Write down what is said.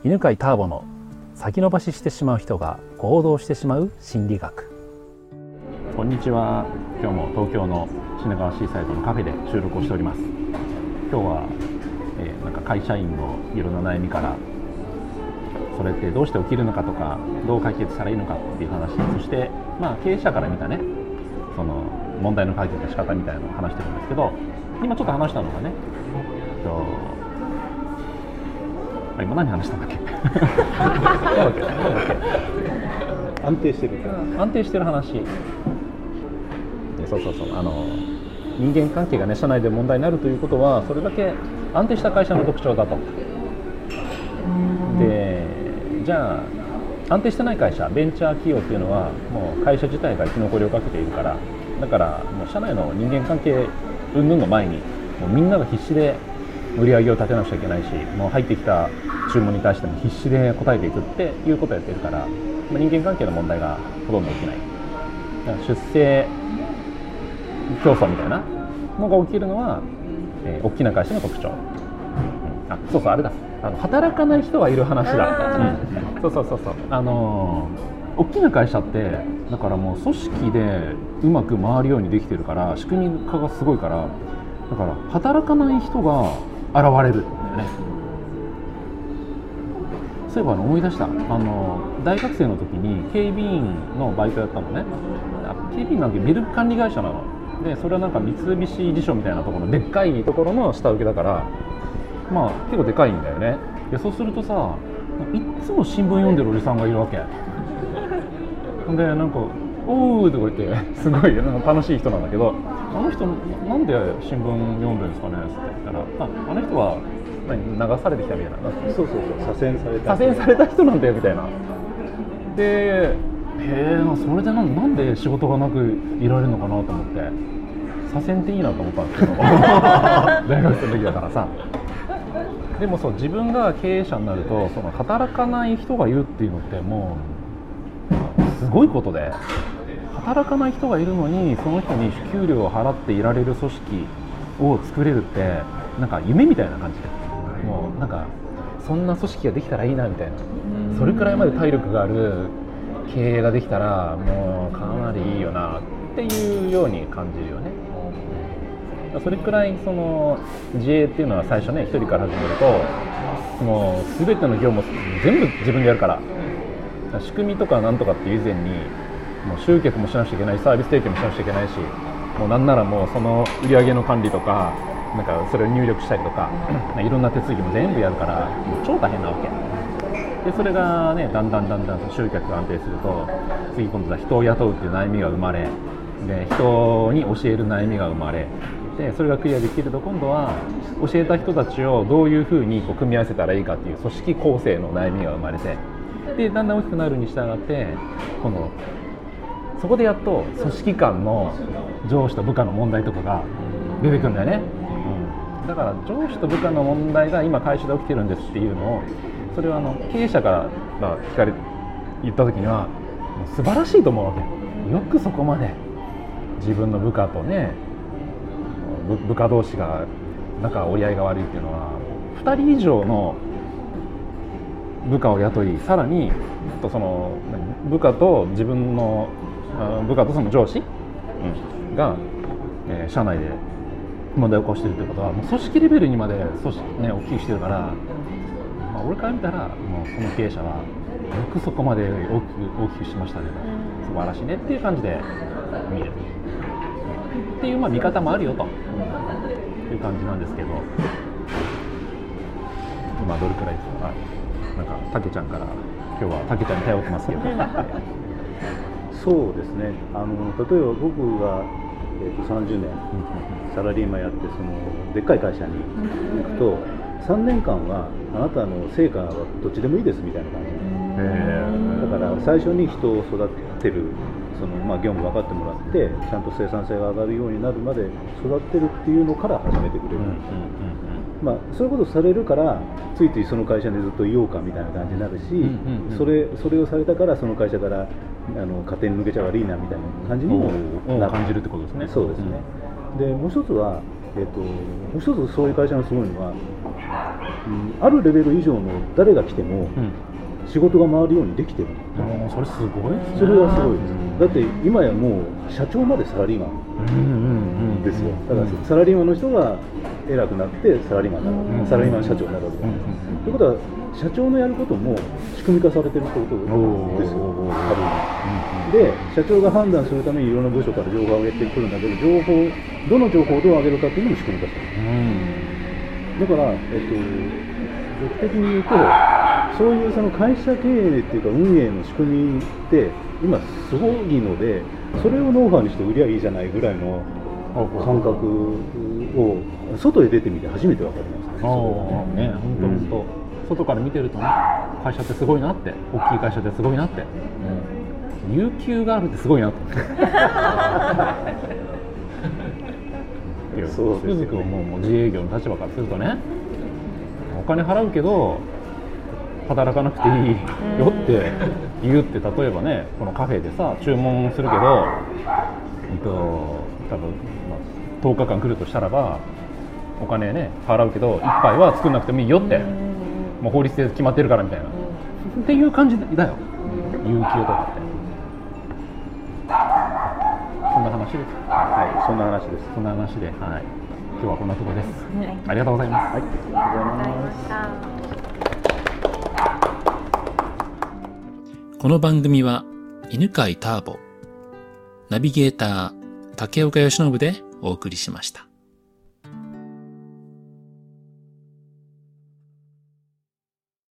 犬飼ターボの先延ばししてしまう人が行動してしまう心理学。こんにちは。今日も東京の品川シーサイドのカフェで収録をしております。今日は、なんか会社員のいろんな悩みから、それってどうして起きるのかとか、どう解決したらいいのかっていう話、そして、経営者から見たね、その問題の解決の仕方みたいなのを話してるんですけど、今ちょっと話したのがね、今何話したんだっけ安定してる安定してる話。そう人間関係がね、社内で問題になるということは、それだけ安定した会社の特徴だと。で、じゃあ安定してない会社、ベンチャー企業っていうのはもう会社自体が生き残りをかけているから、だからもう社内の人間関係云々の前に、もうみんなが必死で売り上げを立てなくちゃいけないし、もう入ってきた注文に対しても必死で答えていくっていうことをやってるから、人間関係の問題がほとんど起きない。だから出世競争みたいなのが起きるのは、大きな会社の特徴。そうあれだ、働かない人がいる話だ。大きな会社ってだからもう組織でうまく回るようにできてるから、仕組み化がすごいから、だから働かない人が現れるんだよね。そういえば思い出した。大学生の時に警備員のバイトやったのね。警備員なんてビル管理会社なので、それはなんか三菱地所みたいなところのでっかいところの下請けだから、結構でかいんだよね。でそうするとさ、いっつも新聞読んでるおじさんがいるわけで、なんか「おー」とか言ってすごいなんか楽しい人なんだけど、あの人なんで新聞読んでるんですかねって言ったら、あの人は流されてきたみたいな、 そう左遷された人なんだよみたいな。で、それでなんで仕事がなくいられるのかなと思って、左遷っていいなと思ったんですけど大学生の時だからさ。でも自分が経営者になると、その働かない人がいるっていうのってもうすごいことで、働かない人がいるのにその人に給料を払っていられる組織を作れるって、なんか夢みたいな感じで、もうなんかそんな組織ができたらいいなみたいな、それくらいまで体力がある経営ができたらもうかなりいいよなっていうように感じるよね。それくらいその自営っていうのは最初ね、一人から始めるともう全ての業務を全部自分でやるから、仕組みとかなんとかっていう以前にもう集客もしなくちゃいけないし、サービス提供もしなくちゃいけないし、もうなんならもうその売り上げの管理とか、なんかそれを入力したりとかいろんな手続きも全部やるから、もう超大変なわけで、それがね、だんだん集客が安定すると、次今度は人を雇うっていう悩みが生まれ、で人に教える悩みが生まれで、それがクリアできると、今度は教えた人たちをどういうふうに組み合わせたらいいかっていう組織構成の悩みが生まれて、でだんだん大きくなるに従って、そこでやっと組織間の上司と部下の問題とかが出てくるんだよね。だから上司と部下の問題が今会社で起きてるんですっていうのを、それは経営者から言った時には素晴らしいと思うわけ。よくそこまで自分の部下とね、部下同士が仲折り合いが悪いっていうのは、2人以上の部下を雇い、さらにその部下と自分の部下とその上司が、社内で問題を起こしているということは、もう組織レベルにまで大きくしてるから、俺から見たらもうその経営者はよくそこまで大きくしましたね、素晴らしいねっていう感じで見るっていう見方もあるよという感じなんですけど、今どれくらいですか。なんかたけちゃんから、今日はたけちゃんに頼ってますけどそうですね、例えば僕が、30年サラリーマンやって、そのでっかい会社に行くと、3年間はあなたの成果はどっちでもいいですみたいな感じだから、最初に人を育てる、その業務分かってもらって、ちゃんと生産性が上がるようになるまで育てるっていうのから始めてくれる。そういうことされるから、ついついその会社にずっといようかみたいな感じになるし、それをされたからその会社から勝手に抜けちゃ悪いなみたいな感じにも感じるってことですね。 そうですね。でもう一つは、 う一つそういう会社のすごいのは、あるレベル以上の誰が来ても仕事が回るようにできてる、 それすごいですね。 それはすごいです。だって今やもう社長までサラリーマンですよ。だからサラリーマンの人が偉くなってサラリーマンになる、サラリーマン社長になるわけです。ということは社長のやることも仕組み化されてるってことですよ、多分。で、社長が判断するためにいろんな部署から情報を上げてくるんだけど、どの情報をどう上げるかっていうのも仕組み化されてる。だから、僕的に言うと、そういうその会社経営っていうか運営の仕組みって今すごいので、それをノウハウにして売りゃいいじゃないぐらいの感覚を外へ出てみて初めて分かりましたね。 本当、外から見てるとね、会社ってすごいなって、大きい会社ってすごいなって、有給があるってすごいなってそうですよね。つくづくもう自営業の立場からするとね、お金払うけど働かなくていいよって言うって、例えばね、このカフェでさ注文するけど、多分、10日間来るとしたらばお金ね払うけど1杯は作んなくてもいいよって、もう法律で決まってるからみたいな、っていう感じだよ、有給とかって。そんな話です。 はい、そんな話です。 そんな話で、はい、今日はこんなところです。ありがとうございます。 はい、ありがとうございました。 この番組は犬飼ターボ、ナビゲーター竹岡由伸でお送りしました。